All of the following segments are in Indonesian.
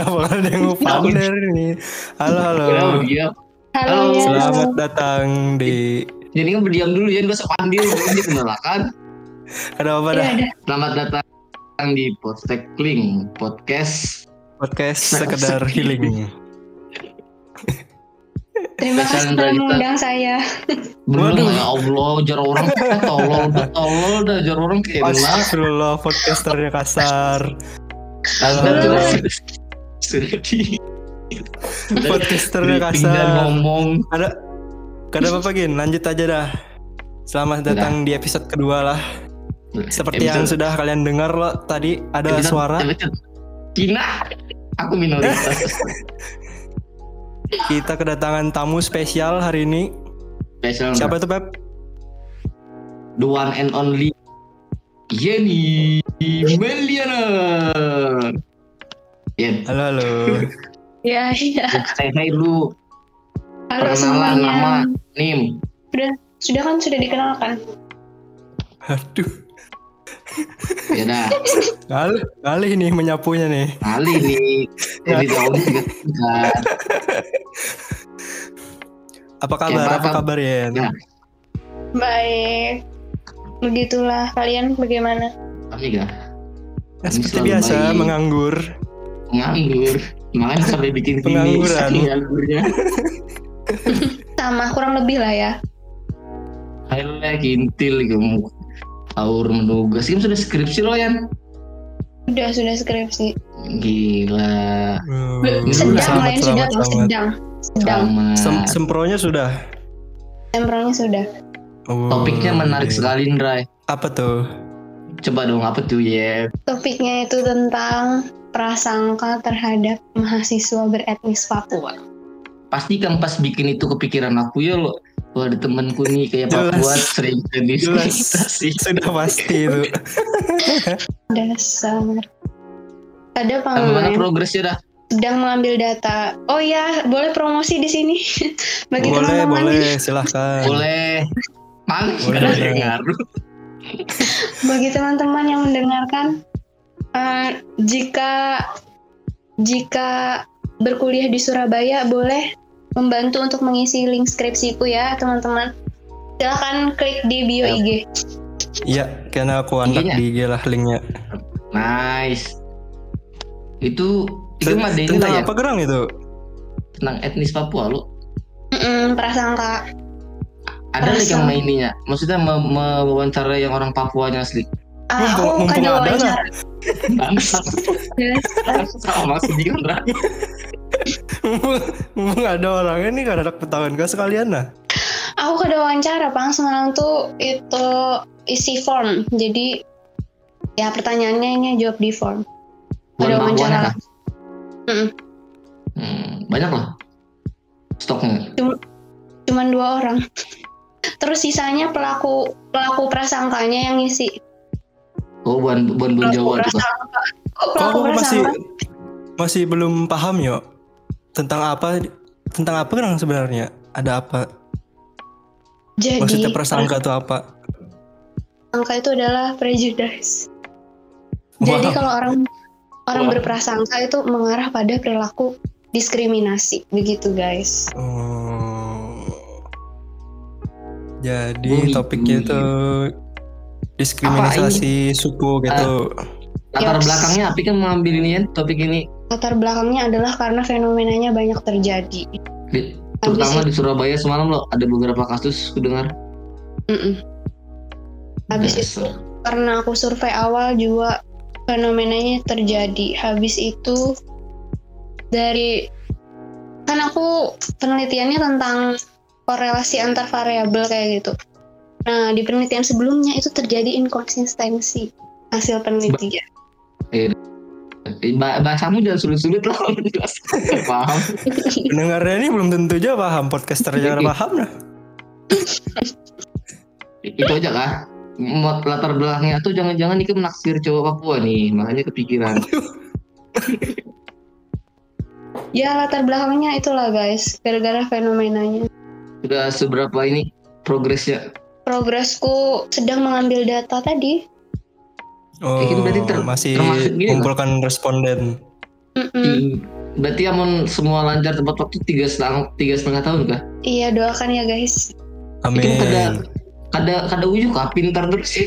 Kenapa ada yang lupa dari ini? Halo. Diam. Halo. Selamat datang di. Jadi kan berdiam dulu ya, gak usah panggil ini penolakan. Ada apa dah? Selamat datang di podcast sekedar healing. Terima kasih telah mengundang saya. Belum ya Allah, jar orang tolol dah jar orang kena. Astagfirullah, podcasternya kasar. Sudah di podcasternya kasar. dan ngomong. Ada apa Gin? Lanjut aja dah. Selamat datang di episode kedua lah. Seperti yang sudah kalian dengar loh, tadi ada suara. Cina, aku minoritas. Kita kedatangan tamu spesial hari ini. Spesial. Siapa itu Pep? The one and only Yeni Meliana. Yen. Halo. Ya. Saya dulu. Halo Perkenalan semuanya. nama Nim. Sudah dikenalkan. Aduh. Ya dah. Kali nih menyapunya nih. Kali nih. Jadi tahun 3. Apa kabar Yen? Ya. Baik. Begitulah, kalian bagaimana? Kami gak? Seperti biasa baik. Menganggur. Makanya sampai bikin pengangguran. Penganggurnya. Sama kurang lebih lah ya. Ayolah kintil kamu. Aur menugas. Kamu sudah skripsi loh Yan? Sudah skripsi. Gila. Sedang. Sempronya sudah. Topiknya menarik sekali Ndray. Apa tuh? Coba dong, apa tuh ya? Topiknya itu tentang prasangka terhadap mahasiswa beretnis Papua. Pasti kan pas bikin itu kepikiran aku ya lo. Wah, ada temanku nih kayak Papua sering diskriminasi. Sudah pasti itu. Dasar. Ada Bagaimana progresnya dah? Sedang mengambil data. Oh ya, boleh promosi di sini. Bagi teman-teman. Boleh, silahkan. Boleh. Ada yang ngaruh. Bagi teman-teman yang mendengarkan, jika berkuliah di Surabaya, boleh membantu untuk mengisi link skripsiku ya teman-teman. Silahkan klik di bio IG. Iya, karena aku andak di IG lah linknya. Nice. Itu materi tentang ya? Apa gerang itu? Tentang etnis Papua lo. Prasangka. Ada lagi yang maininya. Maksudnya mewawancara yang orang Papuanya asli. Aku ada wawancara. Sama sedih kan. Mumpung ada orangnya nih, kan ada ketahuan gak sekalian lah. Aku ada wawancara Bang, semalam tuh itu isi form. Jadi ya pertanyaannya ini jawab di form. Ada wawancara. Banyak lah stoknya. Cuman 2 orang. Terus sisanya pelaku prasangkanya yang ngisi. Oh, buan Jawa juga. Kok aku masih belum paham yo. Tentang apa kan sebenarnya? Ada apa? Jadi, maksudnya prasangka itu apa? Prasangka itu adalah prejudice. Jadi kalau orang berprasangka itu mengarah pada perilaku diskriminasi, begitu guys. Jadi topiknya itu diskriminasi suku gitu. Latar belakangnya Api kan mengambil ini ya, topik ini. Latar belakangnya adalah karena fenomenanya banyak terjadi. Terutama di Surabaya semalam loh, ada beberapa kasus ku dengar. Habis itu karena aku survei awal juga fenomenanya terjadi. Habis itu kan aku penelitiannya tentang korelasi antar variabel kayak gitu. Nah, di penelitian sebelumnya itu terjadi inkonsistensi hasil penelitian. Bahasamu jangan sulit-sulit lah. Paham. Pendengarnya ini belum tentu aja paham, podcasternya paham lah. Itu aja kah? Latar belakangnya tuh jangan-jangan ini menaksir cowok Papua nih, makanya kepikiran. Ya, latar belakangnya itulah guys, gara-gara fenomenanya. Sudah seberapa ini progresnya? Progresku sedang mengambil data tadi. Masih mengumpulkan responden. Berarti amun semua lancar tepat waktu 3,5 tahun kah? Iya, doakan ya guys. Amin. Itu kada ujuk kah pintar terus sih.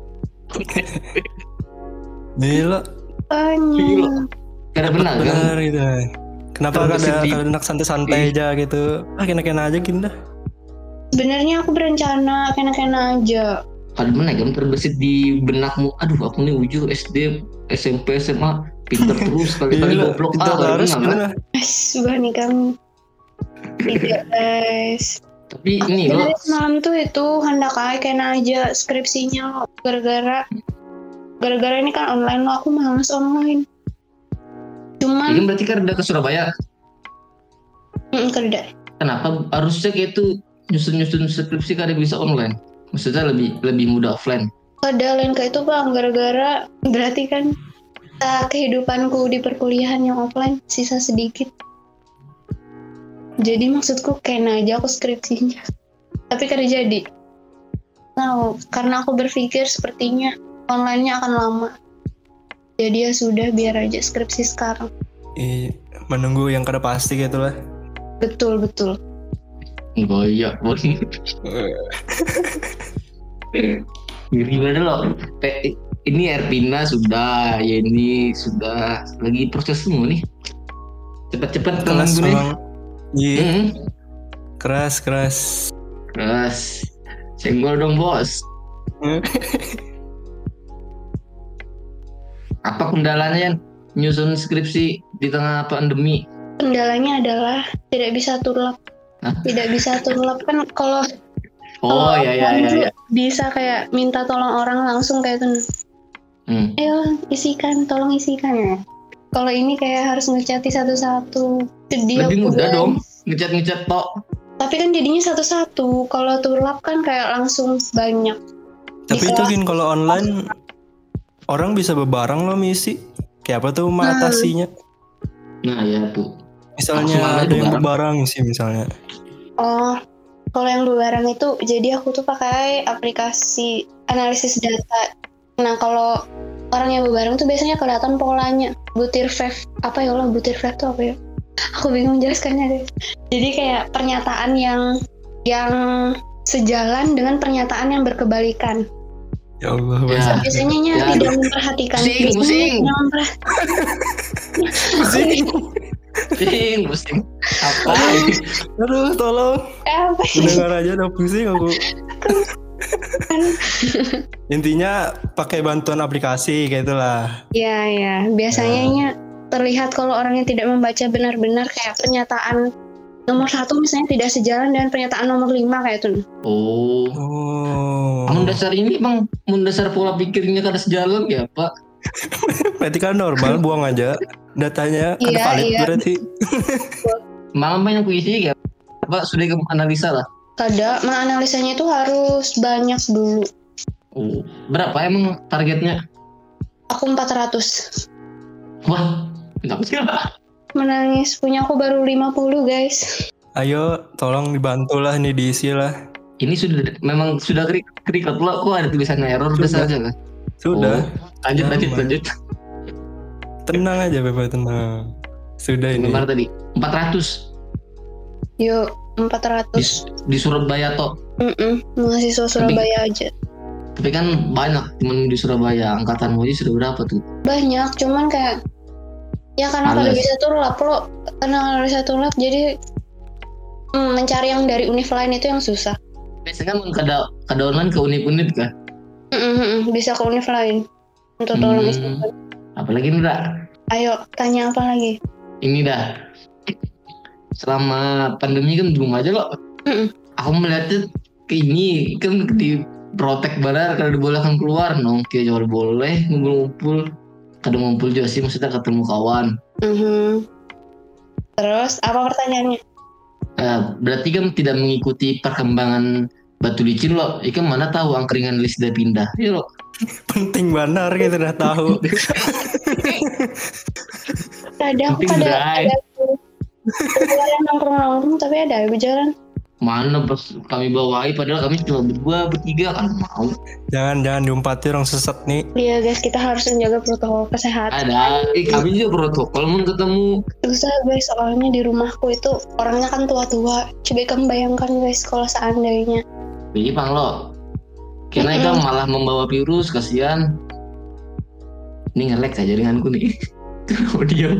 Gila. Banyak. Kada benar kan? Benar gitu. Kenapa Terbesit di- kada enak santai-santai aja gitu? Kena-kena aja gitu dah. Sebenarnya aku berencana kena-kena aja. Kada benar kan terbesit di benakmu. Aduh, aku nih ujuk SD, SMP, SMA pintar terus kali-kali Gila, goblok pintar kada harus benar kan? bener. Sudah nih kamu. Tidak guys. Tapi ini loh, Sebenarnya semalam tuh itu hendak aja kena aja skripsinya loh. Gara-gara ini kan online loh, aku males online. ini Cuman berarti kan udah ke Surabaya. kerja. Kenapa harusnya kayak itu nyusun skripsi kada bisa online? Maksudnya lebih mudah offline. Ada lain kayak itu bang, gara-gara berarti kan kehidupanku di perkuliahan yang offline sisa sedikit. Jadi maksudku kena aja aku skripsinya. Tapi kada jadi. Nah, karena aku berpikir sepertinya online-nya akan lama. Jadi ya sudah, biar aja skripsi sekarang. Menunggu yang kada pasti gitu lah. Betul. Banyak banget. Gimana loh? Ini Erpina sudah, Yeni sudah, lagi proses semua nih. Cepat-cepat Kelas teman gue. memang. Iya. Hmm, Keras. keras. Senggol dong bos. Apa kendalanya Yan? Nyusun skripsi di tengah pandemi? Kendalanya adalah tidak bisa turlap. Hah? Tidak bisa turlap kan kalau Oh kalau ya. offline tuh bisa kayak minta tolong orang langsung kayak itu. Ayo tolong isikan ya. Kalau ini kayak harus ngecati satu-satu. Sedih Lebih aku, mudah guys. dong ngecat tok. Tapi kan jadinya satu-satu. Kalau turlap kan kayak langsung banyak. Tapi Bisa. itu kan kalau online orang bisa bebarang loh misi. Kayak apa tuh mengatasinya? Nah ya tuh. Misalnya Langsung ada yang bebarang. bebarang sih misalnya. Oh, kalau yang bebarang itu jadi aku tuh pakai aplikasi analisis data. Nah, kalau orang yang bebarang tuh biasanya kelihatan polanya. Butir vape apa ya Allah, butir vape tuh apa ya? Aku bingung menjelaskannya deh. Jadi kayak pernyataan yang sejalan dengan pernyataan yang berkebalikan. Ya Allah, Ya. Biasanya Ya, tidak memperhatikan. Pusing. Biasanya Pusing. Apa? Aduh, tolong. apa? Mendengar aja udah pusing aku. Intinya pakai bantuan aplikasi kayak itulah. Ya. Biasanya terlihat kalau orangnya tidak membaca benar-benar kayak pernyataan nomor 1 misalnya tidak sejalan dengan pernyataan nomor 5 kayak itu. Oh. Mun dasar ini bang, mun dasar pola pikirnya kada sejalan ya Pak. Berarti kan normal, buang aja datanya kada Iya, valid iya. berarti. Malam banyak puisi ya Pak, sudah kamu analisa lah. Kada, menganalisanya itu harus banyak dulu. Oh. Berapa emang targetnya? Aku 400. Wah, enggak sih lah. Menangis, punya aku baru 50 guys. Ayo, tolong dibantu lah, ini diisi lah. Ini sudah record lo, kok ada tulisan error udah Sudah. saja kan? Sudah. Oh, lanjut. Tenang aja, Bebe, tenang. Sudah ini. Gimana tadi? 400 Yuk, 400. di Surabaya toh. Mahasiswa Surabaya aja. Tapi kan banyak temen di Surabaya. Angkatanmu aja sudah berapa tuh? Banyak, cuman kayak ya karena kada Males. bisa turlap lo. Karena kada bisa turlap jadi mencari yang dari univ lain itu yang susah. Biasanya mau kada online ke univ kah? Bisa ke univ lain untuk tolong Hmm. isikan. Apalagi ini dah. Ayo, tanya apa lagi? Ini dah. Selama pandemi kan di rumah aja loh. Aku melihatnya ke ini kan di protek banar kada dibolehkan keluar nong. Kayak jual boleh ngumpul-ngumpul. Kada ngumpul juga sih, maksudnya ketemu kawan. Terus apa pertanyaannya? Berarti kan tidak mengikuti perkembangan batu licin loh. Ikan mana tahu angkringan list sudah pindah. Iya loh. Penting benar kita udah tahu. Ada aku Penting, Bray. ada berjalan nongkrong tapi ada berjalan. Mana pas kami bawahi padahal kami cuma berdua bertiga kan mau. Jangan diumpati orang sesat nih. Iya guys, kita harus menjaga protokol kesehatan. Kami juga protokol mau ketemu. Susah guys, soalnya di rumahku itu orangnya kan tua-tua. Coba kamu bayangkan guys kalau seandainya. Jadi Bang lo, karena kan malah membawa virus, kasihan. Ini nge-lag aja denganku nih. Audio.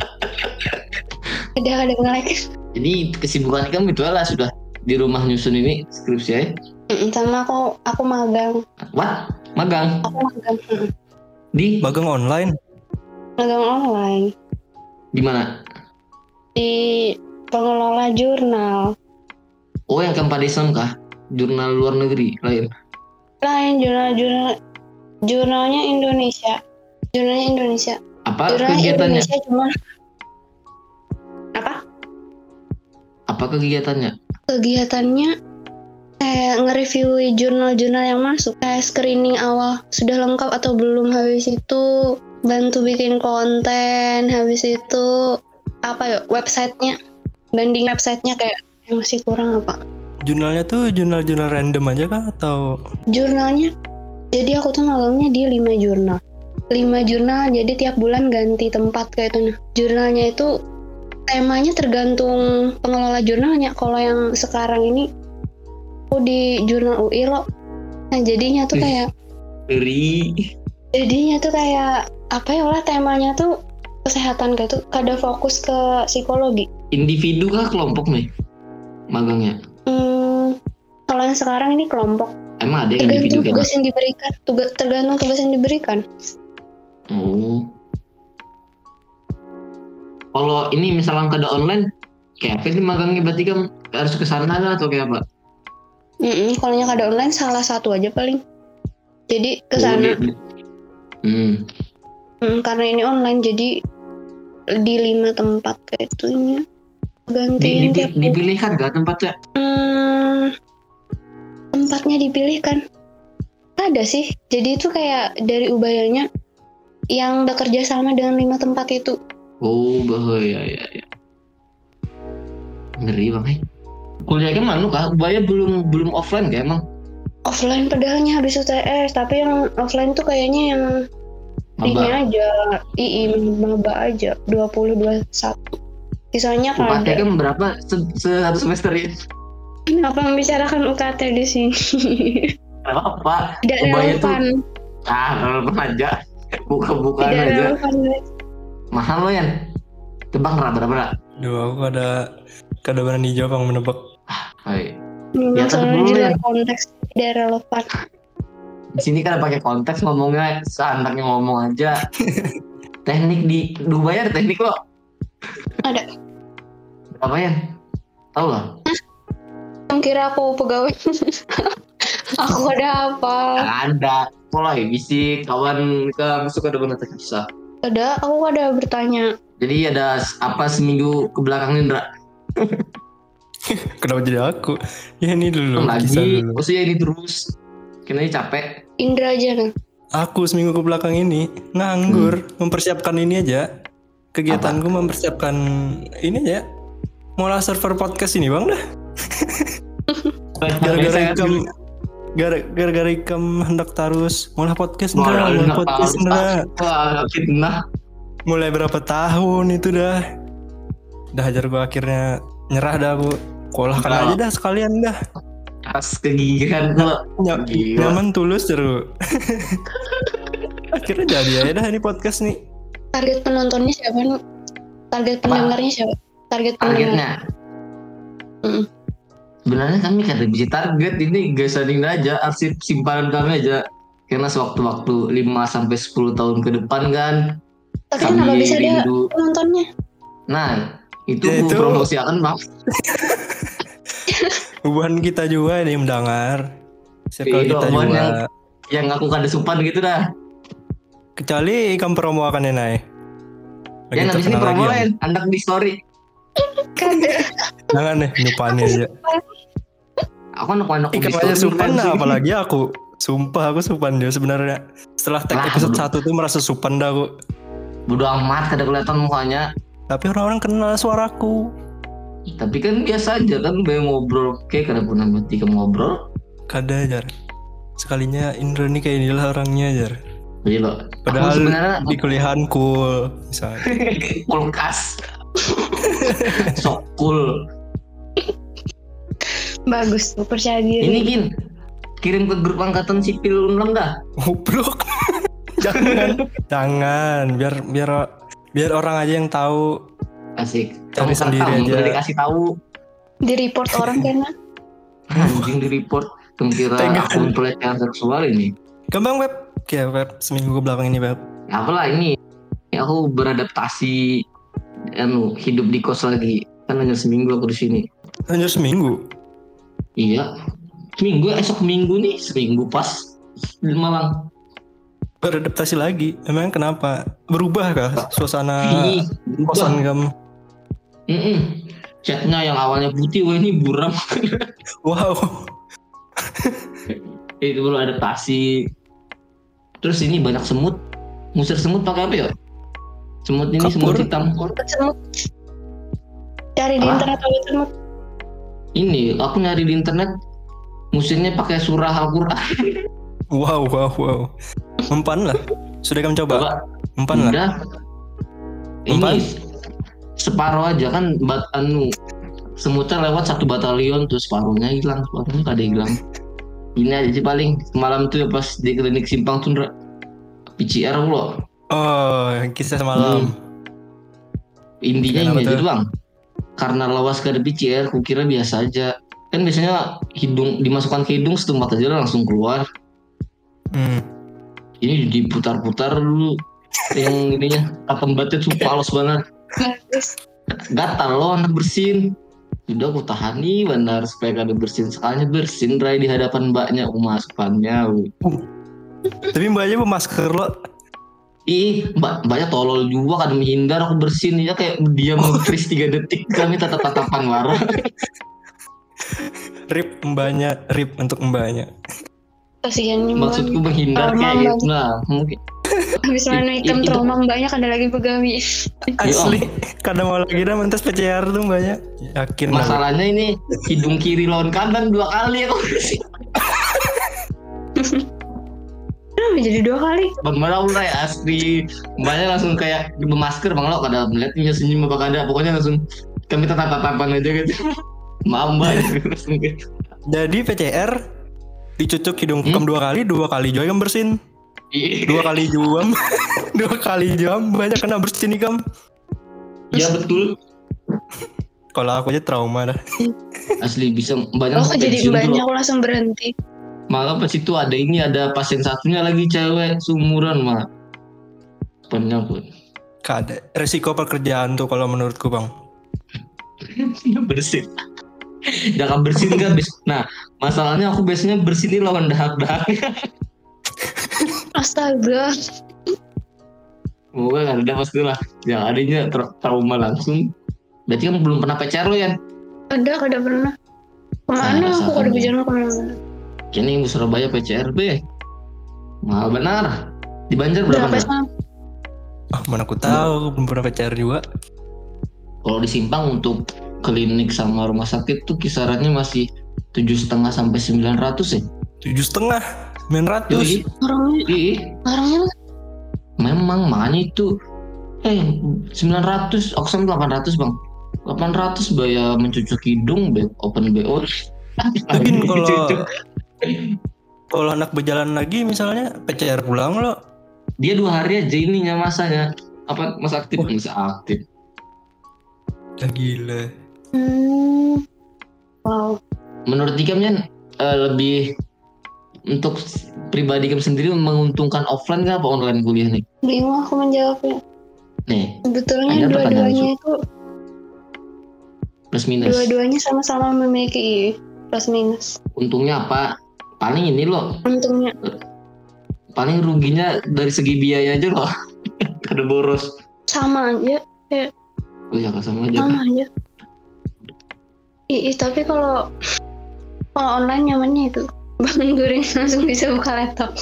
Ada nge-lag. Jadi kesibukan kamu itu lah sudah di rumah nyusun ini skripsi ya? Sama aku magang. What? Magang? Aku magang. Di? Magang online. Magang online. Di mana? Di pengelola jurnal. Oh yang Kampadesam kah? Jurnal luar negeri lain? Lain jurnalnya Indonesia. Jurnalnya Indonesia. Apa jurnalnya kegiatannya? Indonesia cuma apa? Apa kegiatannya? Kegiatannya kayak nge-review jurnal-jurnal yang masuk, kayak screening awal sudah lengkap atau belum, habis itu bantu bikin konten, habis itu apa ya, websitenya, banding websitenya kayak yang masih kurang apa. Jurnalnya tuh jurnal random aja kah atau? Jurnalnya, jadi aku tuh magangnya di 5 jurnal. 5 jurnal, jadi tiap bulan ganti tempat kayak itu. Nah, jurnalnya itu temanya tergantung pengelola jurnalnya. Kalau yang sekarang ini aku di jurnal UI loh. Nah jadinya tuh kayak apa ya lah, temanya tuh kesehatan kayak tuh, kada fokus ke psikologi. Individu kah kelompok nih magangnya? Kalau yang sekarang ini kelompok. Emang ada yang individu tergantung tugas yang diberikan, tergantung tugas yang diberikan. Oh. Kalau ini misalnya kada online, kayak apa sih magangnya? Berarti kan harus ke sana lah atau kayak apa? Kalau yang kada online salah satu aja paling. Jadi ke sana. Karena ini online jadi di 5 tempat kayak itunya. Gantiin dipilihkan gak tempatnya? Tempatnya dipilihkan. Ada sih. Jadi itu kayak dari Ubayanya yang bekerja sama dengan 5 tempat itu. Oh bahaya ya. Ngeri banget. Kuliahnya mana kah? Ubaya belum offline kayak emang? Offline padahalnya habis UTS, tapi yang offline tuh kayaknya yang ini aja, maba aja 2021. Sisanya kan UKT kan berapa satu semester ya? Kenapa membicarakan UKT di sini? Apa? Tidak relevan. Relevan aja. Buka-bukaan aja. Mahal lo ya? Tebak berapa? Duh, aku kada berani jawab, yang menebak. Hai. Ya soalnya juga konteks tidak relevan. Di sini kan pakai konteks ngomongnya, seenaknya ngomong aja. Teknik di Dubai ada teknik lo? Ada. Apa ya? Tahu lah. Kira aku pegawai. Aku ada apa? Ada. Mulai bisik kawan ke masuk ada benar kisah. Ada, aku ada bertanya. Jadi ada apa seminggu ke belakang Indra? Kenapa jadi aku? Ya ini dulu. Lagi, maksudnya ini terus. Kayaknya capek. Indra aja kan? Aku seminggu ke belakang ini nganggur, mempersiapkan ini aja. Kegiatanku mempersiapkan ini aja. Mulai server podcast ini bang dah. Gara-gara ikam hendak terus mulai podcast enggak. Mulai berapa tahun itu dah hajar gua akhirnya nyerah dah aku. Kolahkan aja dah sekalian dah. Pas kegigihan lo. Nyaman tulus terus. Akhirnya jadi aja dah ini podcast nih. Target penontonnya siapa nih? Target pendengarnya siapa? Targetnya. Sebenarnya kami kada bisa target, ini guys, ading aja arsip simpanan kami aja. Karena sewaktu-waktu 5-10 tahun ke depan kan. Tapi kenapa bisa ada penontonnya? Nah, itu promosi akan bang. Hubungan kita juga ini mendengar. Circle kita juga. Yang aku kada supan gitu dah. Kecuali ikan promo akan enai. Ya habis ini promoin, andak di story. Jangan deh, lupain aja. Aku anak-anak ikan aja supan dah, apalagi aku. Sumpah aku supan dia sebenarnya. Setelah tag episode 1 tuh merasa supan dah aku. Bodo amat, kada kelihatan mukanya. Tapi orang-orang kenal suaraku. Tapi kan biasa aja kan banyak ngobrol. Kayak kada pernah mati ke ngobrol. Kada Jar. Sekalinya Indra nih kayak inilah orangnya Jar. Jadi lo. Padahal sebenarnya di kuliahan cool misalnya. kulkas. Sok cool. Bagus tuh, percaya diri. Ini Gin, kirim ke grup angkatan sipil Unlam dah. Goblok. Jangan. Biar orang aja yang tahu. Asik. Cari sendiri aja. Udah dikasih tahu. Di report orang kayaknya. Anjing di report. Kira akun pelecehan seksual ini. Gampang Web. Kayak Web seminggu belakang ini Web. Apalah ini. Aku beradaptasi hidup di kos lagi. Kan hanya seminggu aku di sini. Hanya seminggu. Iya. Esok minggu nih. Seminggu pas di Malang. Beradaptasi lagi. Emang kenapa? Berubah kah suasana kosan kamu? Catnya yang awalnya putih, wah ini buram. Wow. Itu baru adaptasi. Terus ini banyak semut. Ngusir semut pakai apa ya? Semut ini Kapur. semut hitam. Semut. Cari di internet apa semut? Ini aku nyari di internet. Ngusirnya pakai surah Al-Quran. Wow. Mempan lah. Sudah kamu coba? Mempan lah. Udah. Mempan? Ini separuh aja kan semutnya lewat 1 batalion terus separuhnya kada hilang. Ini aja sih paling semalam tuh ya pas di klinik Simpang tuh PCR loh. Oh, kisah semalam. Intinya ini aja Bang. Karena lawas kada PCR, kukira biasa aja. Kan biasanya hidung dimasukkan ke hidung setempat aja langsung keluar. Ini diputar-putar dulu yang ininya katembatnya tuh palos banget. Gatal loh anak bersin. Udah aku tahani benar supaya kada bersin. Sekalinya bersin Rai di hadapan mbaknya masukannya. Tapi mbaknya masker lo. Mbaknya tolol juga kada menghindar aku bersin ya kayak diam nge-freeze 3 detik kami tatap-tatapan marah. Rip untuk mbaknya. Kasihan nih. Maksudku menghindar kayak gitu lah mungkin. Habis mana hitam trauma mbaknya kada lagi begawi. Asli, kada mau lagi dah mentes PCR tuh mbaknya. Yakin. Masalahnya ini hidung kiri lawan kanan 2 kali aku bersin. Jadi 2 kali. Bang Malau lah ya asli. Mbaknya langsung kayak bermasker Bang Lau kada melihatnya senyum apa kada. Pokoknya langsung kami tatap-tatapan aja gitu. Maaf Mbak. Jadi PCR dicucuk hidung kamu 2 kali juga kamu bersin. 2 kali juam. 2 kali juam banyak kena bersin nih kamu. Iya betul. Kalau aku aja trauma dah. Asli bisa banyak. Oh jadi mbaknya aku langsung berhenti. Malah pas itu ada pasien satunya lagi cewek seumuran mah. Panjang pun. Kada resiko pekerjaan tuh kalau menurutku Bang. Bersin. Jangan bersin kan. Nah masalahnya aku biasanya bersin lawan dahak-dahak. Astaga. Semoga gak ada pastilah. Yang adanya trauma langsung. Berarti kan belum pernah PCR lo ya? Kada pernah. Kemana aku kada bicara kemana-mana. Kini di Surabaya PCR be. Mahal benar. Di Banjar berapa? Mana aku tahu belum pernah PCR juga. Kalau di Simpang untuk klinik sama rumah sakit tuh kisarannya masih 7,5 sampai 900 ya. 7,5 900. Orangnya memang makanya itu 900 aku sama 800 Bang. 800 bayar mencucuk hidung open BO. Mungkin kalau anak berjalan lagi misalnya PCR pulang lo. Dia 2 hari aja ininya masanya. Masa aktif? Masa aktif. Gila. Wow. Menurut Ikamnya lebih untuk pribadi kamu sendiri menguntungkan offline nggak apa online kuliah nih? Bingung aku menjawabnya. Nih. Sebetulnya dua-duanya itu plus minus. Dua-duanya sama-sama memiliki plus minus. Untungnya apa? Paling ini loh. Untungnya. Paling ruginya dari segi biaya aja loh. Kada boros. Sama aja. Ya. Oh ya sama aja. Sama aja. Tapi kalau online nyamannya itu bangun goreng langsung bisa buka laptop.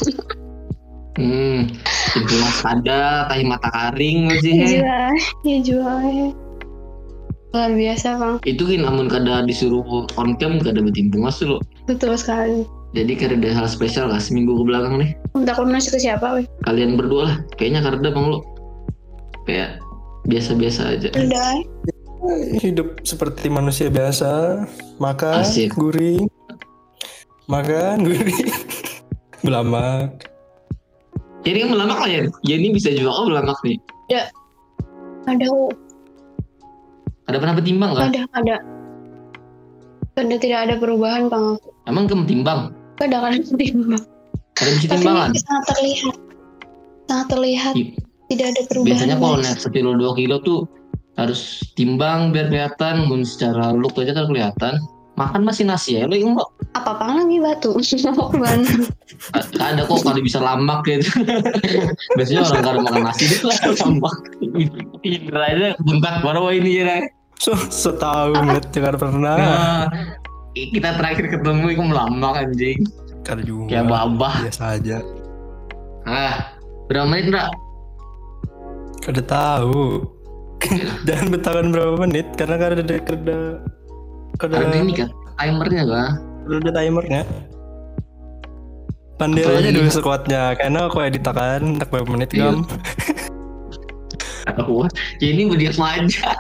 Jelas ada kayak mata karing masih. Jual. Luar biasa Bang. Itu kan amun kada disuruh on cam kada betimbung masuk lo. Betul sekali. Jadi kada ada hal spesial lah seminggu ke belakang nih. Minta koordinasi ke siapa weh? Kalian berdua lah. Kayaknya kada bang lo. Kayak biasa-biasa aja. Udah. Hidup seperti manusia biasa. Makan, Asik. guring. Makan, guring. Belamak. Jadi kan belamak lah ya. Jadi bisa juga belamak nih. Ada. Ada pernah bertimbang kan? Ada. Kada tidak ada perubahan Bang. Emang kamu timbang? Kada timbang. Ada bisa Tapi timbangan? sangat terlihat. Tidak ada perubahan. Biasanya kalau guys. naik 1 2 kilo tuh harus timbang biar kelihatan. Mun secara look aja kan kelihatan. Makan masih nasi ya lo yang lo. Apa lagi batu? Mau kemana? Ada kok kalau bisa lamak gitu. Biasanya orang kada makan nasi itu lah lamak. Indra aja buntat baru ini ya. Setahun jangan pernah. Nah, kita terakhir ketemu itu melamak anjing. Kada juga. Kayak babah. Biasa aja. Berapa menit Indra? Kada tahu. Jangan betakan berapa menit karena kada Ada ini kan timernya kan. ada timernya. Pandai Apalagi? aja dulu sekuatnya karena aku editakan tak berapa menit Iya. gam. Aku ya ini berdiam aja.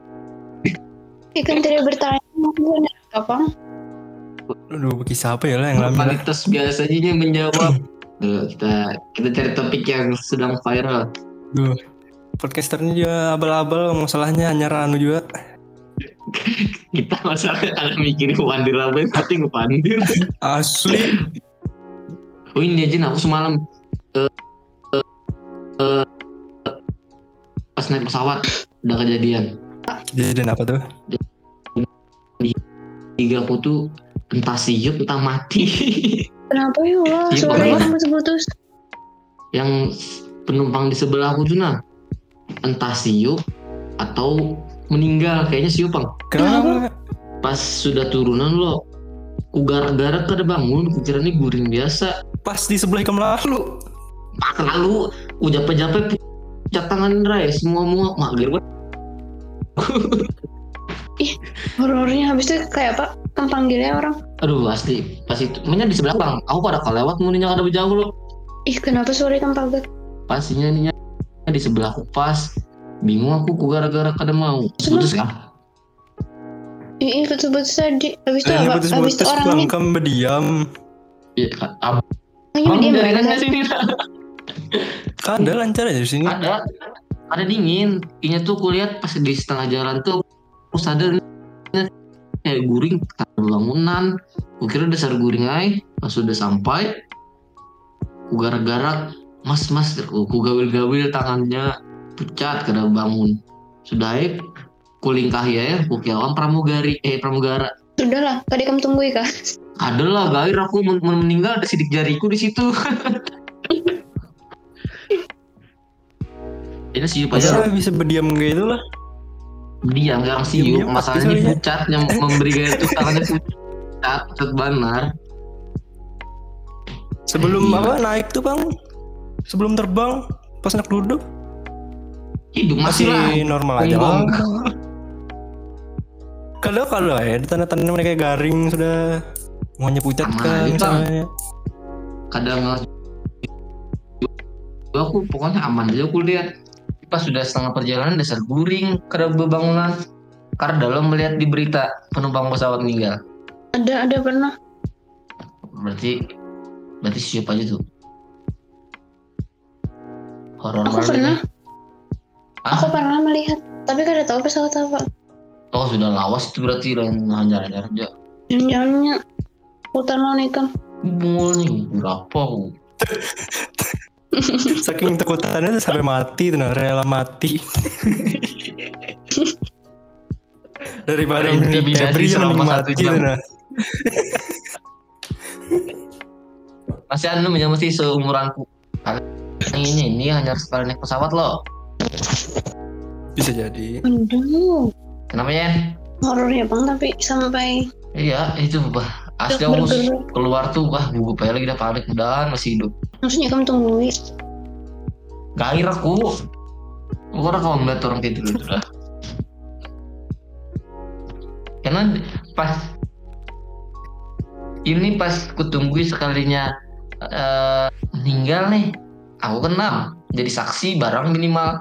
Ikan tidak bertanya mau apa? Aduh, bagi siapa ya lah yang lama. Vanitas biasanya menjawab. Kita cari topik yang sedang viral. Duh. Podcasternya juga abal-abal masalahnya hanya Ranu juga. Kita masalahnya ada mikirin pandir apa tapi ngepandir. Asli. Oh ini aja aku semalam pas naik pesawat udah kejadian. Jadi apa tuh? Tiga aku tuh entah siup entah mati. Kenapa ya Allah? Iya, Suaranya kenapa? putus-putus. Yang penumpang di sebelah aku tuh entah siup atau meninggal, kayaknya siup bang. Kenapa? Pas sudah turunan lo ugar-garak kada bangun, pikirannya guring biasa. Pas di sebelah kamu lalu. Pak lalu ujape-jape pucat tangan Ray semua mak gue. Horornya habis itu kayak apa? Kan panggilnya orang. Aduh asli pas itu mainnya di sebelah bang. Aku pada kelewat muninya kada berjauh lo. Ih kenapa suaranya kan pagat? Pastinya ininya di sebelahku pas. Bingung aku gara-gara kada mau. Putus kan? Ih putus-putus tadi. Habis itu Ini apa? Habis itu putus-putus orangnya. kamu berdiam. Iya kan. Abang Dia jaringan mereka. nggak sini? Ada lancar aja di sini. Ada dingin. Inya tuh kulihat pas di setengah jalan tuh aku sadar kayak guring bangunan. Kukira dasar guring ay. Pas sudah sampai ku gara-gara mas ku gawil-gawil tangannya pucat kada bangun. Sudah kulingkah ya kukira pramugara. Sudahlah, tadi kamu tunggu ya kak. Ada lah gair aku meninggal ada sidik jariku di situ. Ini siup aja. Masa bisa berdiam gitu lah. Diam sekarang siup. Diam-diam Masalahnya soalnya. pucat yang memberi gaya itu tangannya pucat banar. Sebelum Iya. apa naik tuh bang? Sebelum terbang pas nak duduk Hidup masih masih lah. normal aja lah. Bonggong. Kalau ya tanda-tanda mereka garing sudah maunya pucat Sama kan aja, misalnya. Kadang aku pokoknya aman aja aku lihat. Pas sudah setengah perjalanan dasar guring kada bebangunan. Karena dalam melihat di berita penumpang pesawat meninggal. Ada pernah. Berarti siup aja tuh. Horor Aku banget pernah. ini. Aku pernah melihat. Tapi kada tahu pesawat apa. Oh sudah lawas itu berarti lain hajar-hajar aja. Jangan-jangannya putar mau nikah. Bungul nih berapa aku? Saking takutannya tuh sampai mati tuh nah, rela mati. Daripada Intimidasi Febri yang selama mati 1 jam. tuh nah. Masih anu masih seumuranku. Ini hanya sekali naik pesawat loh. Bisa jadi. Aduh. Kenapa ya? Horor ya bang, tapi sampai Iya itu asli aku bergerak. keluar tuh gugup aja lagi udah panik mudahan masih hidup. Maksudnya kamu tungguin. Gair aku. Orang kalau melihat orang kayak gitu dah. Karena pas kutungguin sekalinya meninggal nih, aku kenal jadi saksi barang minimal.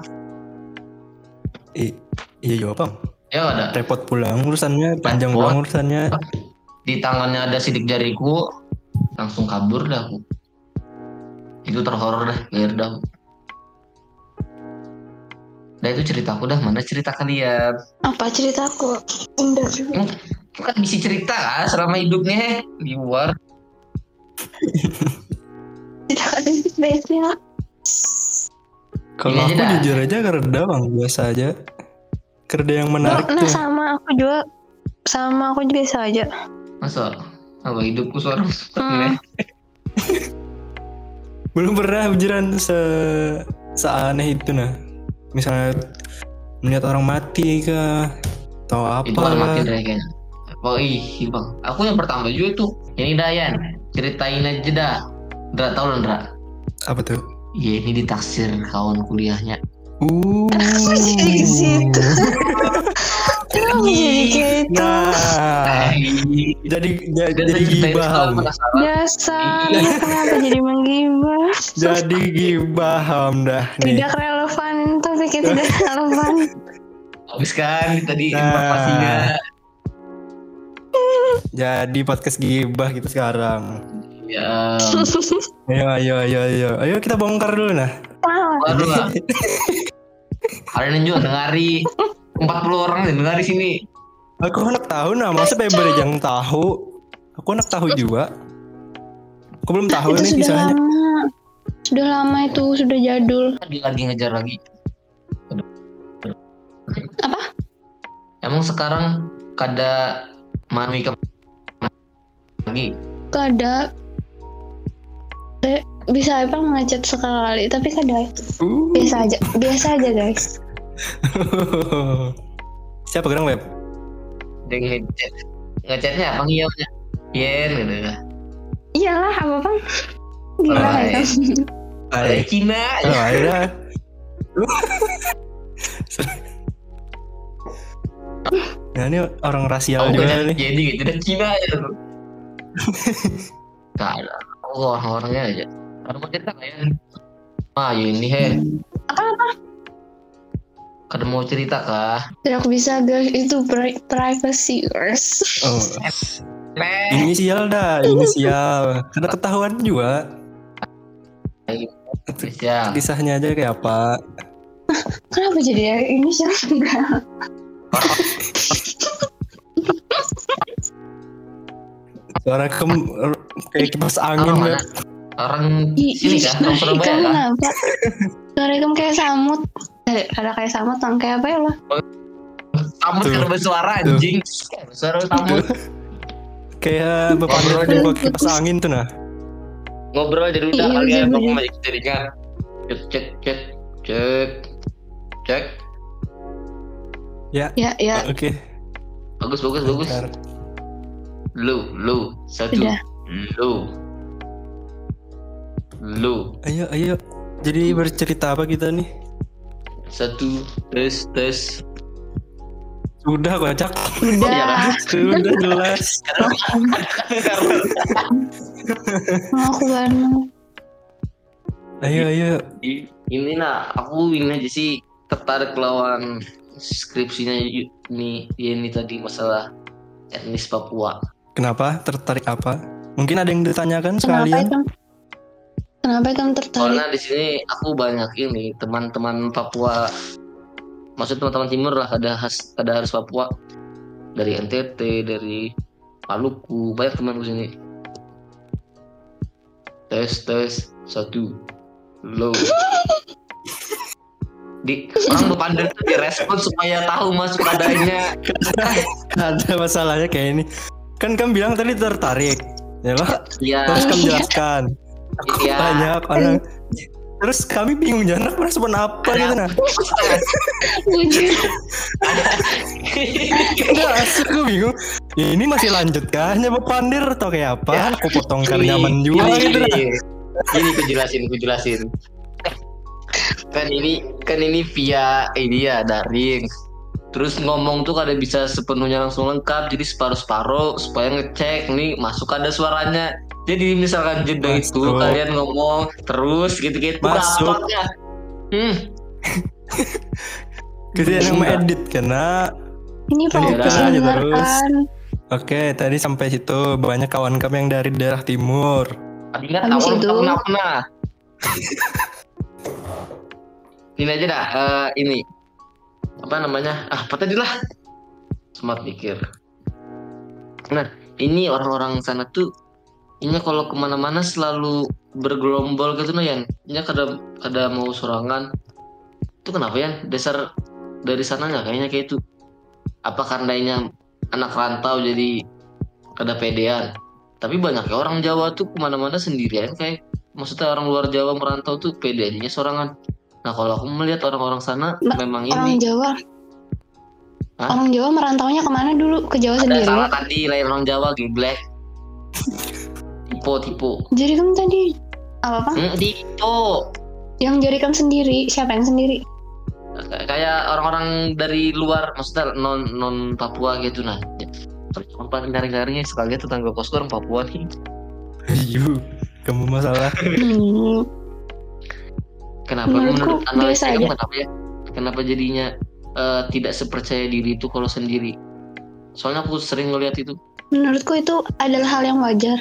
Iya juga Bang. Ya ada. Repot pulang urusannya, panjang pulang urusannya. Di tangannya ada sidik jariku, langsung kabur dah aku. Itu terhoror dah, biar dah. Nah itu ceritaku dah, mana cerita kalian? Apa ceritaku? Indah juga. Kan bisa cerita kan selama hidupnya di luar. Tidak ada spesial. Kalau aku jujur aja kereda Bang, biasa aja. Kereda yang menarik tuh. Sama aku juga biasa aja. Masa? Apa hidupku seorang seperti Belum pernah beneran seaneh itu nah. Misalnya melihat orang mati kah atau apa? Itu orang mati kayaknya. Oh iya Bang, aku yang pertama juga tuh. Ini Dayan, ceritain aja dah. Ndra tau lah Ndra? Apa tuh? Iya ini ditaksir kawan kuliahnya. Jadi situ. Kenapa jadi kayak itu? Jadi gibah. Biasa, kenapa jadi menggibah? Jadi gibah dah nih. Tidak relevan, topik itu tidak relevan. Habis kan tadi informasinya. Jadi podcast gibah kita sekarang. Ya. Ayo kita bongkar dulu nah. Waduh lah. Kalian juga dengari 40 orang yang dengari sini. Aku anak tahu nah, masa Febri yang tahu. Aku anak tahu juga. Aku belum tahu itu nih sudah kisahnya. Sudah lama itu, sudah jadul. Lagi ngejar lagi. Apa? Emang sekarang kada Manwi lagi? Kada. Bisa apa ngechat sekali, tapi kada. Biasa aja guys. Siapa gerak web? Dia ngechatnya apa ngiyaunya? Yen gitu ya. Iyalah apa Bang? Gila ya. Ada Cina. Oh ada. Nah ini orang rasial juga nih. Jadi gitu dan Cina ya. Kada. Orang-orangnya aja. Kalau mau cerita kayak ya ini Apa? Kada mau cerita kah? Tidak bisa guys, itu privacy guys. Oh. Inisial. Karena ketahuan juga. Kisahnya aja kayak apa? Kenapa jadi inisial enggak? Suara kayak kipas angin mana? Orang sini kan, orang Surabaya kan? Kenapa? Suara kamu kayak samut. Ada kayak samut, kayak apa ya lo? Samut kan bersuara anjing. Suara samut. Kayak bapak kipas angin tuh nah. Ngobrol jadi udah kali ya, aku mau jadinya. Cek. Ya. Oke. Bagus. Lu. Satu. Udah. Lu. Ayo. Jadi bercerita apa kita nih? Satu. Tes. Sudah kocak. Sudah jelas. Aku banget. Ayo. Ini aku ini aja sih tertarik lawan skripsinya ini tadi masalah etnis Papua. Kenapa? Tertarik apa? Mungkin ada yang ditanyakan sekalian. Kenapa kamu tertarik? Karena di sini aku banyak ini teman-teman Papua. Maksud teman-teman timur lah, ada harus Papua. Dari NTT, dari Maluku, banyak temanku sini. Tes 1. Low. Orang berpandang tuh direspon supaya tahu masuk adanya. Ada masalahnya kayak ini. Kan kamu bilang tadi tertarik, ya loh? Iya. Terus kamu jelaskan. Iya. Banyak orang. Terus kami bingung jangan respon apa gitu nah. Udah aku bingung. Ya, ini masih lanjut kah? Nyoba pandir atau kayak apa? Ya. Aku potong karyawan juga gitu nah. Ini aku jelasin. Kan ini via ini ya daring. Terus ngomong tuh kada bisa sepenuhnya langsung lengkap, jadi separuh-separuh supaya ngecek nih masuk ada suaranya. Jadi misalkan jeda itu kalian ngomong terus gitu-gitu gampang ya. Kita yang mengedit karena ini fokus mendengarkan. Oke, tadi sampai situ banyak kawan kami yang dari daerah timur. Ingat awal pernah. Ini aja dah, ini apa namanya? Apa tadi lah? Smart pikir. Nah, ini orang-orang sana tuh, ini kalau kemana-mana selalu bergerombol gitu nah Yan. Ini kada mau sorangan. Itu kenapa ya? Dasar dari sananya kayaknya kayak itu. Apa karena ini anak rantau jadi kada pedean. Tapi banyaknya orang Jawa tuh kemana-mana sendirian kayak. Maksudnya orang luar Jawa merantau tuh pedeannya sorangan. Nah kalau aku melihat orang-orang sana memang orang ini. Jawa. Hah? Orang Jawa merantaunya kemana dulu? Ke Jawa sendiri? Ada salah tadi, lain orang Jawa, geblek. Tipu. Jadi kamu tadi apa? Tipu. Yang jadi kamu sendiri, siapa yang sendiri? Kayak orang-orang dari luar, maksudnya non Papua gitu nah. Paling garing-garingnya sekali tetangga kosku orang Papua nih. Ayo, kamu masalah. Kenapa menurut analisa kamu kenapa ya? Kenapa jadinya tidak sepercaya diri itu kalau sendiri? Soalnya aku sering ngeliat itu. Menurutku itu adalah hal yang wajar.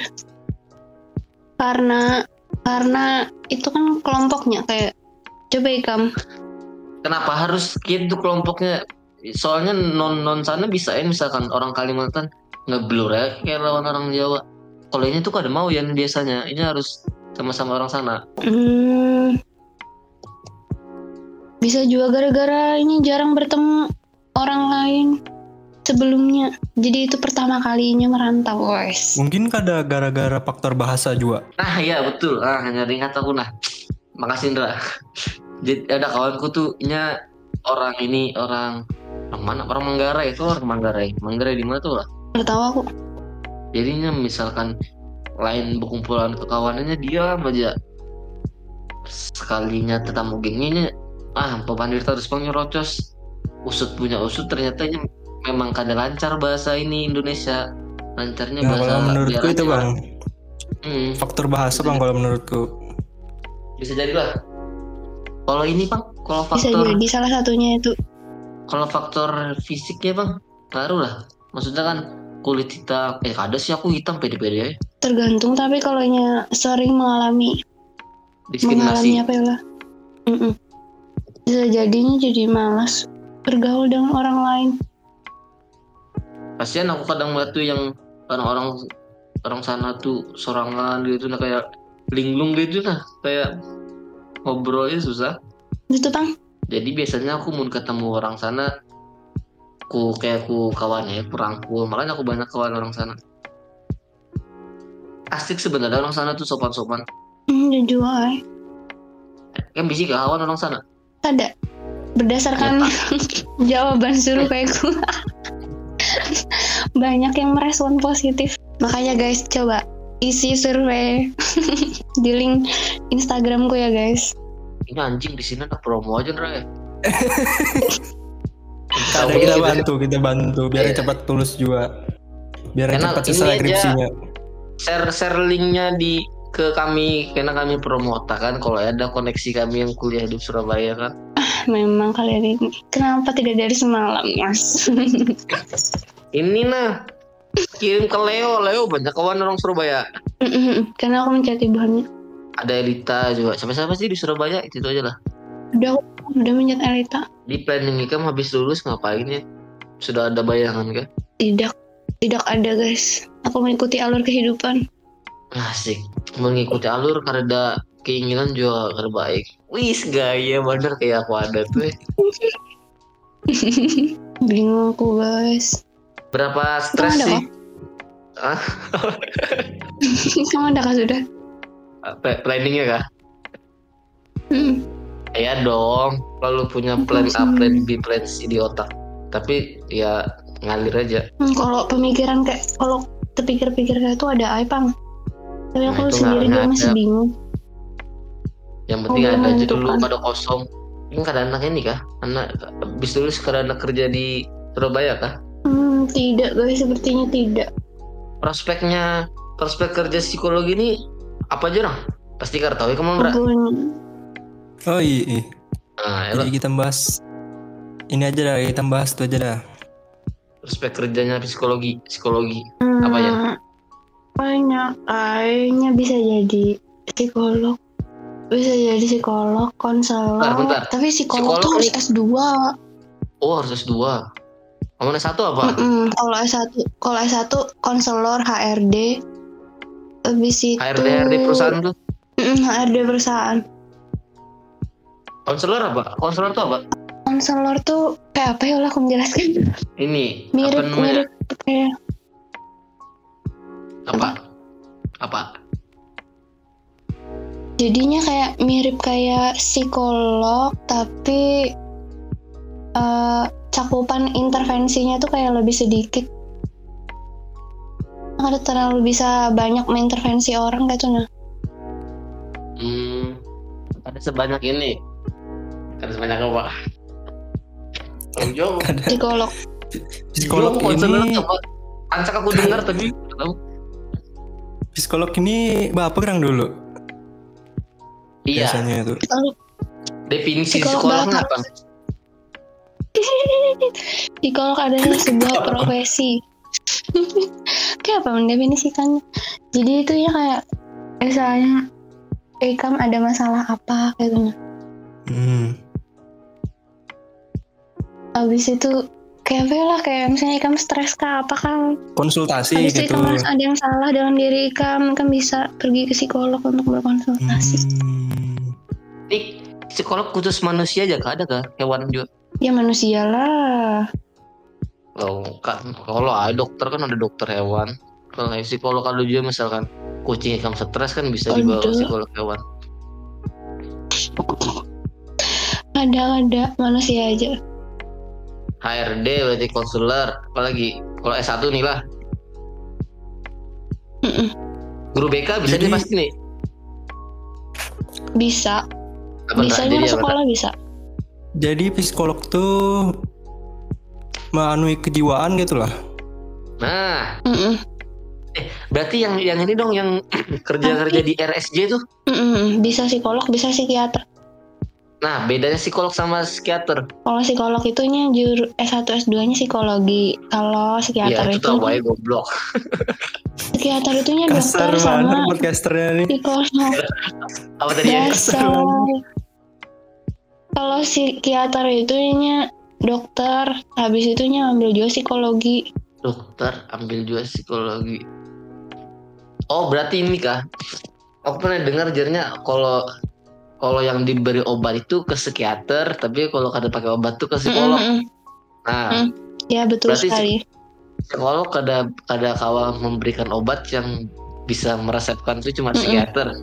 Karena itu kan kelompoknya kayak coba ikam. Kenapa harus gitu kelompoknya? Soalnya non sana bisa ya misalkan orang Kalimantan ngeblur ya kayak lawan orang Jawa. Kalau ini tuh kada mau ya biasanya. Ini harus sama-sama orang sana. Bisa juga gara-gara ini jarang bertemu orang lain sebelumnya. Jadi itu pertama kalinya merantau, guys. Mungkin kada gara-gara faktor bahasa juga. Nah iya betul. Hanya ingat aku nah. Makasih Indra. Jadi ada kawanku tuh orang mana? Orang Manggarai itu orang Manggarai. Manggarai di mana tuh lah? Nggak tahu aku. Jadinya misalkan lain berkumpulan kekawanannya dia aja sekalinya tetamu gengnya pemandir terus nyerocos usut ternyata ini memang kada lancar bahasa ini Indonesia lancarnya bahasa. Kalau menurutku itu bang faktor bahasa bang kalau menurutku bisa jadilah. Kalau ini bang kalau faktor bisa jadi salah satunya itu. Kalau faktor fisiknya bang baru lah maksudnya kan kulit hitam kada sih aku hitam pede-pede ya. Tergantung tapi kalau sering mengalami diskriminasi apa ya lah. Bisa jadinya jadi malas bergaul dengan orang lain. Kasian aku kadang melihat tuh yang orang sana tuh sorangan gitu nah kayak linglung gitu nah kayak ngobrolnya susah. Gitu bang. Jadi biasanya aku mau ketemu orang sana ku kawannya kurangkul makanya aku banyak kawan orang sana. Asik sebenarnya orang sana tuh sopan-sopan. Dan juga kan bisa kawan orang sana. Ada berdasarkan jawaban suruh kayak gue banyak yang merespon positif. Makanya guys coba isi survei di link Instagramku ya guys. Ini anjing di sini ada promo aja Ray. kita bantu biar cepat tulus juga. Biar cepat selesai skripsinya. Share linknya ke kami karena kami promota kan kalau ada koneksi kami yang kuliah di Surabaya kan. Memang kalian ini kenapa tidak dari semalam mas? Ini nah kirim ke Leo banyak kawan orang Surabaya. Karena aku mencari bahannya. Ada Elita juga siapa sih di Surabaya itu aja lah. Udah mencari Elita. Di planning kamu habis lulus ngapain ya? Sudah ada bayangan kan? Tidak ada guys. Aku mengikuti alur kehidupan. Asik mengikuti alur karena keinginan juga terbaik. Wis gaya bener kayak aku ada tuh. Bingung aku guys. Berapa stres sih? Kamu ada kah sudah? Planningnya kah? Ya dong. Lalu punya plan A, plan B, plan C di otak. Tapi ya ngalir aja. Kalau pemikiran kalau terpikir-pikir kayak itu ada apa? Tapi aku sendiri juga masih bingung. Yang penting ada aja dulu pada kosong. Ini kan anak ini kah? Anak habis lulus karena kerja di Surabaya kah? Tidak guys, sepertinya tidak. Prospek kerja psikologi ini apa aja dong? Pasti kau tahu ya kamu Mbak? Oh iya. Nah, jadi kita bahas ini aja dah, kita bahas itu aja dah. Prospek kerjanya psikologi apa ya? Banyak, kayaknya bisa jadi psikolog. Bisa jadi psikolog, konselor. Bentar. Tapi psikolog tuh harus S2. Oh, harus S2. Kamu S1 apa? Kalau S1 konselor HRD. Habis itu HRD perusahaan tuh? HRD perusahaan. Konselor apa? Konselor tuh apa? Konselor tuh kayak apa ya, aku menjelaskan. Ini mirip kayak apa? Jadinya kayak mirip kayak psikolog, tapi cakupan intervensinya tuh kayak lebih sedikit. Ada terlalu bisa banyak mengintervensi orang gitu nah. Ada sebanyak ini. Ada sebanyak apa? Psikolog ini. Ancak aku dengar tadi. Psikolog ini baper dulu. Iya. Biasanya itu. Definisi psikolognya apa? Psikolog adalah sebuah profesi. Kayak apa mendefinisikannya? Jadi itu ya kayak misalnya kamu ada masalah apa gitu. Habis itu kayak apa lah, kayak misalnya kamu stres kah apa kan, konsultasi habis gitu. Habis itu ada yang salah dalam diri kamu kan bisa pergi ke psikolog untuk berkonsultasi. Ini psikolog khusus manusia aja kah? Ada kah hewan juga? Ya manusia lah. Kan kalau ada dokter kan ada dokter hewan. Kalau psikolog ada juga, misalkan kucing kamu stres kan bisa dibawa psikolog hewan. Ada manusia aja. HRD berarti konselor, apalagi kalau S1 nih lah. Guru BK bisa nih pasti nih. Bisa. Bisanya masuk sekolah bisa. Jadi psikolog tuh menganui kejiwaan gitu lah. Nah. Berarti yang ini dong, yang kerja di RSJ tuh. Bisa psikolog, bisa psikiater. Nah, bedanya psikolog sama psikiater. Kalau psikolog itunya S1 S2-nya psikologi. Kalau psikiater itu tahu aja goblok. Psikiater itunya dokter sama podcasternya nih. Psikolog. Apa tadi ya? Kalau psikiater itunya dokter, habis itunya ambil juga psikologi. Dokter ambil juga psikologi. Oh, berarti ini kah? Aku pernah dengar jarnya kalau yang diberi obat itu ke psikiater, tapi kalau kada pakai obat tuh ke psikolog. Ya betul sekali. Psikolog kada kawa memberikan obat yang bisa meresepkan itu cuma psikiater.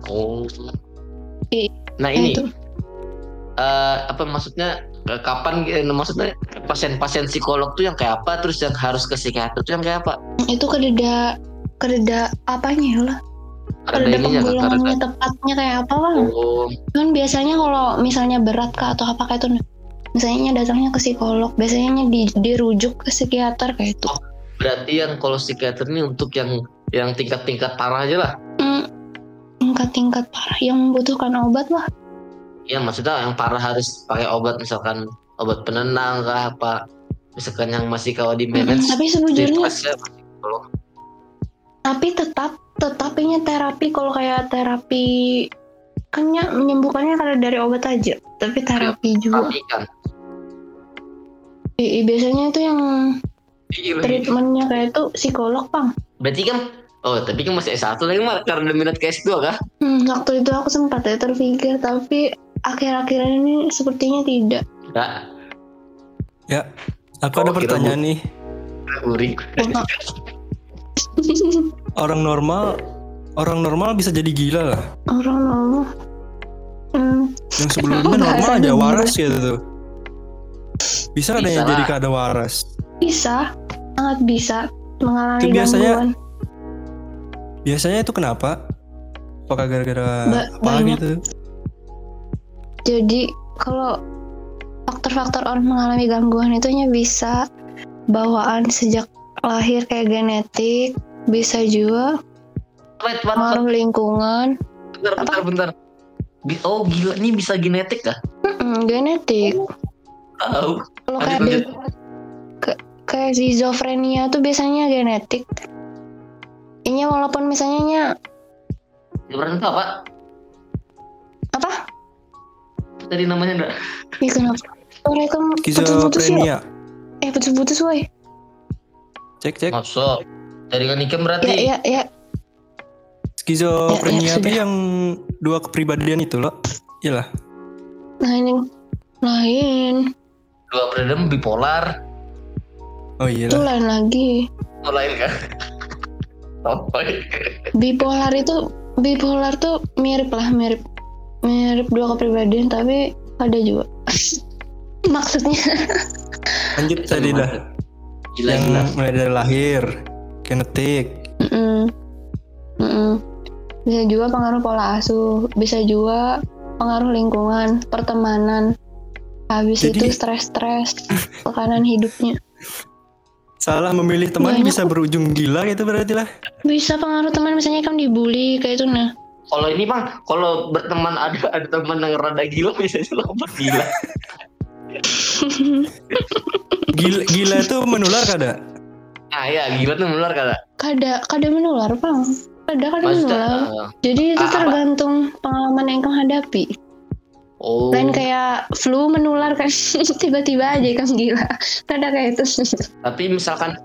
Nah ini apa maksudnya? Kapan maksudnya pasien psikolog tuh yang kayak apa, terus yang harus ke psikiater tuh yang kayak apa? Itu kereda apanya lah? Ada penggolongannya tepatnya kayak apa bang? Kan biasanya kalau misalnya berat kah atau apa kayak itu, misalnya datangnya ke psikolog, biasanya dirujuk ke psikiater kayak itu. Berarti yang kalau psikiater ini untuk yang tingkat-tingkat parah aja lah? Tingkat parah yang membutuhkan obat lah. Ya maksudnya yang parah harus pakai obat, misalkan obat penenang kah apa, misalkan yang masih kalau di manage. Tapi sebujurnya tapi tetap ini terapi. Kalau kayak terapi kan menyembuhkannya karena dari obat aja, tapi terapi juga kan. Biasanya itu yang treatmentnya kayak itu psikolog bang. Berarti kan tapi kan masih S1 lagi mah, karena minat ke S2 kah? Waktu itu aku sempat terpikir, tapi akhir-akhir ini sepertinya tidak. Ya, aku ada pertanyaan nih. Orang normal bisa jadi gila lah. Orang normal. Yang sebelumnya normal aja waras gitu tuh. Bisa ada yang jadi kada waras? Bisa, sangat bisa mengalami itu gangguan. Biasanya itu kenapa? Apakah gara-gara apa gitu? Jadi kalau faktor-faktor orang mengalami gangguan itu bisa bawaan sejak lahir kayak genetik, bisa juga pengaruh lingkungan. Bentar. Oh gila, ini bisa genetik kah? Genetik. Tahu. Kalau kayak schizofrenia tuh biasanya genetik. Ini walaupun misalnya Schizofrenia itu apa? Apa? Tadi namanya enggak? Iya kenapa? Mereka putus-putus ya? Putus-putus woy. Cek. Masuk. Jaringan Ikem berarti. Ya. Skizofrenia itu yang dua kepribadian itu loh. Iyalah. Lain. Dua kepribadian bipolar. Oh iya. Itu lain lagi. Oh lain kan? Bipolar tuh mirip dua kepribadian tapi ada juga. Maksudnya. Lanjut tadi dah. Yang mulai dari lahir, genetik. Bisa juga pengaruh pola asuh, bisa juga pengaruh lingkungan, pertemanan. Habis itu stres, tekanan hidupnya. Salah memilih teman bisa berujung gila gitu berarti lah. Bisa pengaruh teman, misalnya kan dibully kayak itu nah. Kalau ini Bang, kalau berteman ada teman yang rada gila biasanya lompat gila. Gila itu menular kada? Ah ya, gila tuh menular kada? Kada menular Bang. Kada menular. Jadi itu tergantung pengalaman yang kamu hadapi. Oh. Lain kayak flu menular kan tiba-tiba aja kamu gila. Kada kayak itu. Tapi misalkan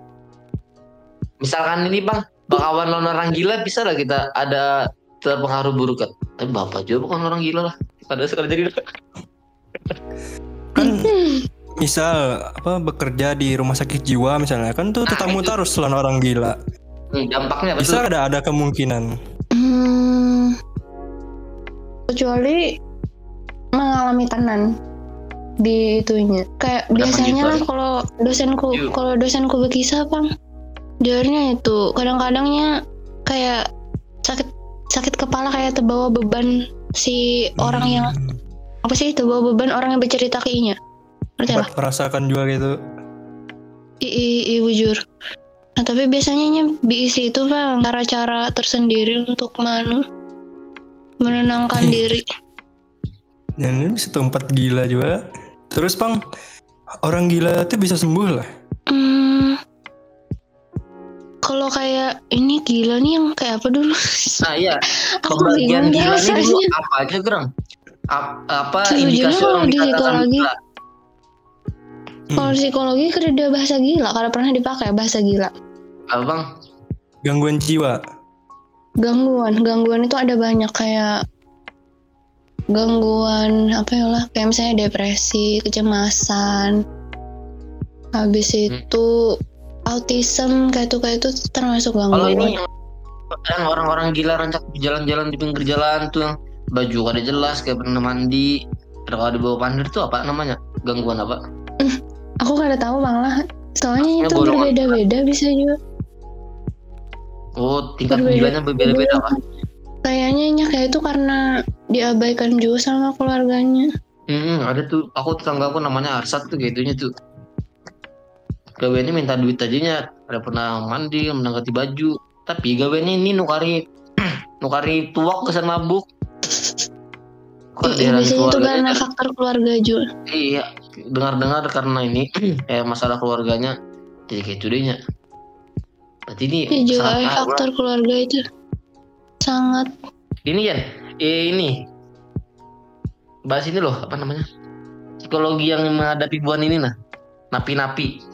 ini Bang, bakawan lawan orang gila bisa lah kita ada terpengaruh buruk kan. Tapi bapak juga bukan orang gila lah. Kada jadi kan misal bekerja di rumah sakit jiwa misalnya kan tuh tetap mutar terus lawan orang gila. Dampaknya bisa ada kemungkinan. Kecuali mengalami tenan di itunya. Kayak biasanya lah kalau dosenku berkisah Bang. Jarnya itu kadang-kadangnya kayak sakit kepala kayak terbawa beban si orang yang terbawa beban orang yang bercerita kayaknya. Ngerti lah? Merasakan juga gitu. Iya bujur. Nah tapi biasanya BIC itu Bang cara-cara tersendiri untuk menenangkan diri. Dan ini bisa tempat gila juga. Terus Bang, orang gila itu bisa sembuh lah. Kalau kayak ini gila nih yang kayak apa dulu? Nah iya. Pembagian gila ini dulu apa aja Gerang? Apa indikasi orang dikatakan gila? Kalau psikologi kerja bahasa gila, kalau pernah dipakai bahasa gila. Apa Bang? Gangguan jiwa. Gangguan itu ada banyak kayak gangguan kayak misalnya depresi, kecemasan. Habis itu autism kayak itu termasuk gangguan. Kalau ini yang orang-orang gila rancak jalan-jalan di pinggir jalan tuh yang baju kada jelas kayak pernah mandi, kalau dibawa pandir tuh apa namanya? Gangguan apa? Aku kada tahu Bang lah. Soalnya itu berbeda-beda bisa juga. Oh, tingkat gilanya berbeda-beda Pak. Kayaknya kayak itu karena diabaikan juga sama keluarganya. Ada tuh, aku tetanggaku namanya Arsat tuh kayak itunya tuh. Gawennya minta duit aja ada pernah mandi, menangkati baju. Tapi gawennya ini nukari tuak kesan mabuk. Biasanya itu karena faktor keluarga juga. Iya, dengar karena ini masalah keluarganya jadi kayak judenya. Berarti ini faktor keluarga itu sangat. Ini ya, ini bahas ini loh apa namanya? Psikologi yang menghadapi buan ini napi-napi.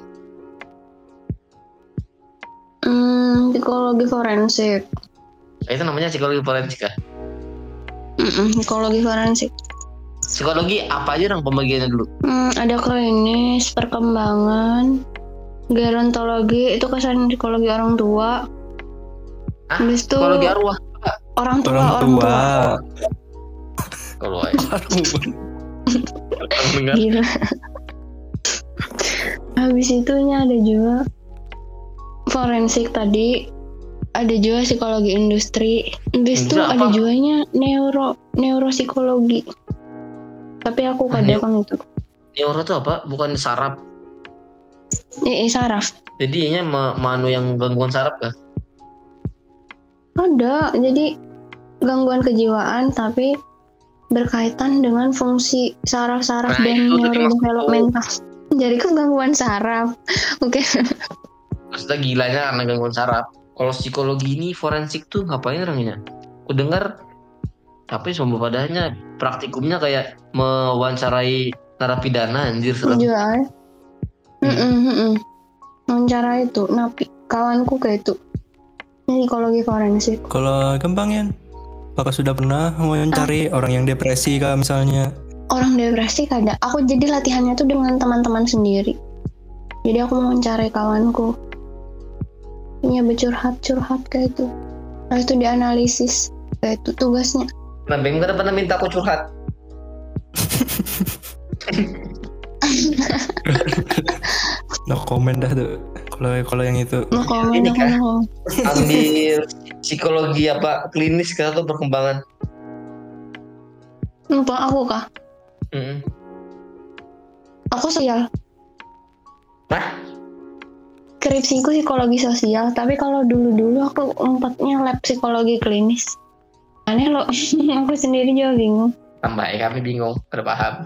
Psikologi forensik. Itu namanya psikologi forensik kah? Psikologi forensik. Psikologi apa aja dong pembagiannya dulu? Ada klinis, perkembangan, gerontologi itu kesan psikologi orang tua. Habis itu psikologi arwah. Orang tua. Kalau gila. Habis itunya ada juga forensik tadi. Ada juga psikologi industri. Habis itu ada juga neuropsikologi. Tapi aku kadang itu. Neuro tuh apa? Bukan saraf. Saraf. Jadi ini manu yang gangguan saraf kah? Ada, jadi gangguan kejiwaan tapi berkaitan dengan fungsi saraf-saraf dan neurodevelopmental. Jadi kan gangguan saraf. Oke. Maksudnya gilanya karena gangguan saraf. Kalau psikologi ini forensik tuh ngapain orangnya? Aku dengar tapi semua padanya praktikumnya kayak mewawancarai narapidana anjir serem. Iya. Wawancara itu, kawanku kayak itu. Psikologi forensik. Kalau gampang ya, apakah sudah pernah mewawancari orang yang depresi kah misalnya? Orang depresi kadang. Aku jadi latihannya tuh dengan teman-teman sendiri. Jadi aku mewawancarai kawanku. Punya bercurhat kayak itu. Lalu itu dianalisis. Kayak itu tugasnya. Nah, Beng pernah minta aku curhat. No comment dah tuh. Kalau yang itu. No comment. Ini kan ambil psikologi apa klinis kah atau perkembangan? Lupa aku kah? Aku sosial. Nah? Skripsiku psikologi sosial, tapi kalau dulu aku empatnya lab psikologi klinis. Aneh loh, aku sendiri juga bingung. Tambah kami bingung, berpaham.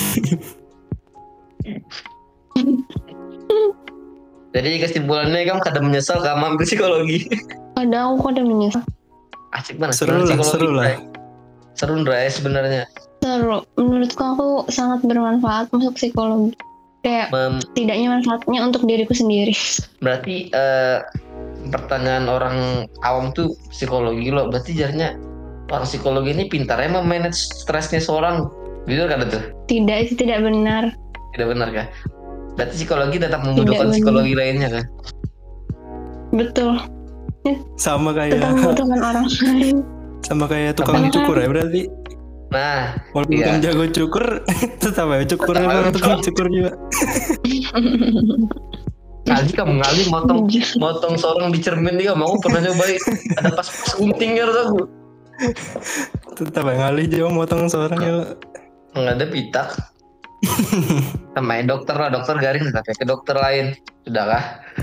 Jadi kesimpulannya kamu kada menyesal kamu ambil psikologi. Aku kada menyesal. Asik banget. Seru lah. Seru Ndra sebenarnya. Seru. Menurutku aku sangat bermanfaat masuk psikologi. Kayak tidaknya manfaatnya untuk diriku sendiri. Berarti pertanyaan orang awam tuh psikologi loh. Berarti jadinya orang psikologi ini pintarnya memanage stresnya seorang. Gitu kan tuh? Tidak, itu tidak benar. Tidak benar kah? Berarti psikologi tetap membutuhkan psikologi lainnya kan? Betul. Sama kayak tetap membutuhkan orang lain. Sama kayak tukang cukur ya berarti. Nah, walaupun kamu jago cukur, tetap aja cukur sama tukang cukur juga. Kali kamu ngali motong sorong di cermin dia, mau pernah nyobain ada pas guntingnya tuh. Tetap aja ngali juga motong sorong ya. Nggak ada pitak. Sama dokter garing pakai ke dokter lain. Sudahkah?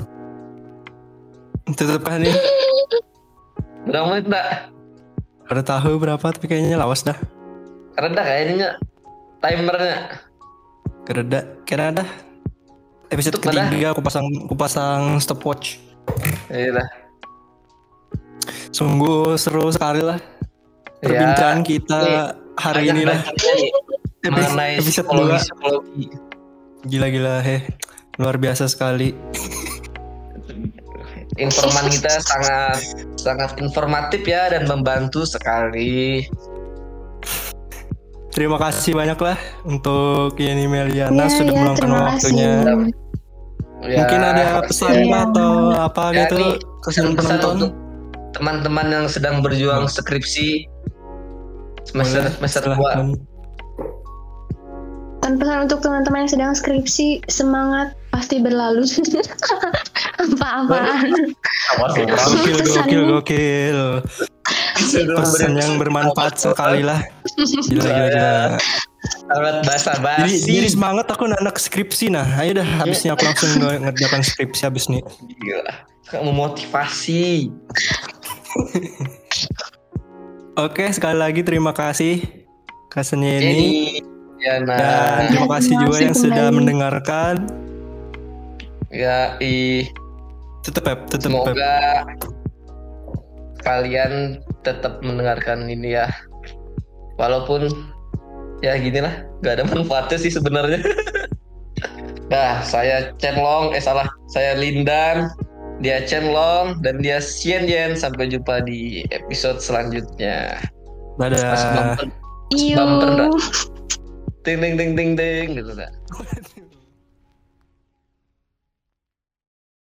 Tetap kan nih. Berapa menit enggak? Ada tahu berapa tapi kayaknya lawas dah. Karena kayaknya timernya. Kira dah. Episode ketiga aku pasang stopwatch. Iya. Sungguh seru sekali lah. Perbincangan kita hari ini lah. Mengenai psikologi. Gila luar biasa sekali. Informan kita sangat informatif ya dan membantu sekali. Terima kasih banyak lah untuk Yani Meliana sudah meluangkan waktunya. Mungkin ada pesan atau apa gitu pesan untuk teman-teman yang sedang berjuang skripsi semester 2. Pesan untuk teman-teman yang sedang skripsi, semangat, pasti berlalu. Apa-apaan. Gokil. Pesan yang bermanfaat sekali lah. Gila. Sangat basa-basi. Jadi semangat aku anak skripsi nah. Ayo dah habisnya aku langsung ngerjakan skripsi habis nih. Gila. Memotivasi. Oke, sekali lagi terima kasih Kasenya ini. Dan terima kasih juga yang sudah mendengarkan. Ya, tetap. Semoga kalian tetap mendengarkan ini ya. Walaupun ya ginilah, gak ada manfaatnya sih sebenarnya. Nah, saya saya Lindan, dia Chenlong, dan dia Xian. Sampai jumpa di episode selanjutnya. Dadah. Bumper ting gitu dah.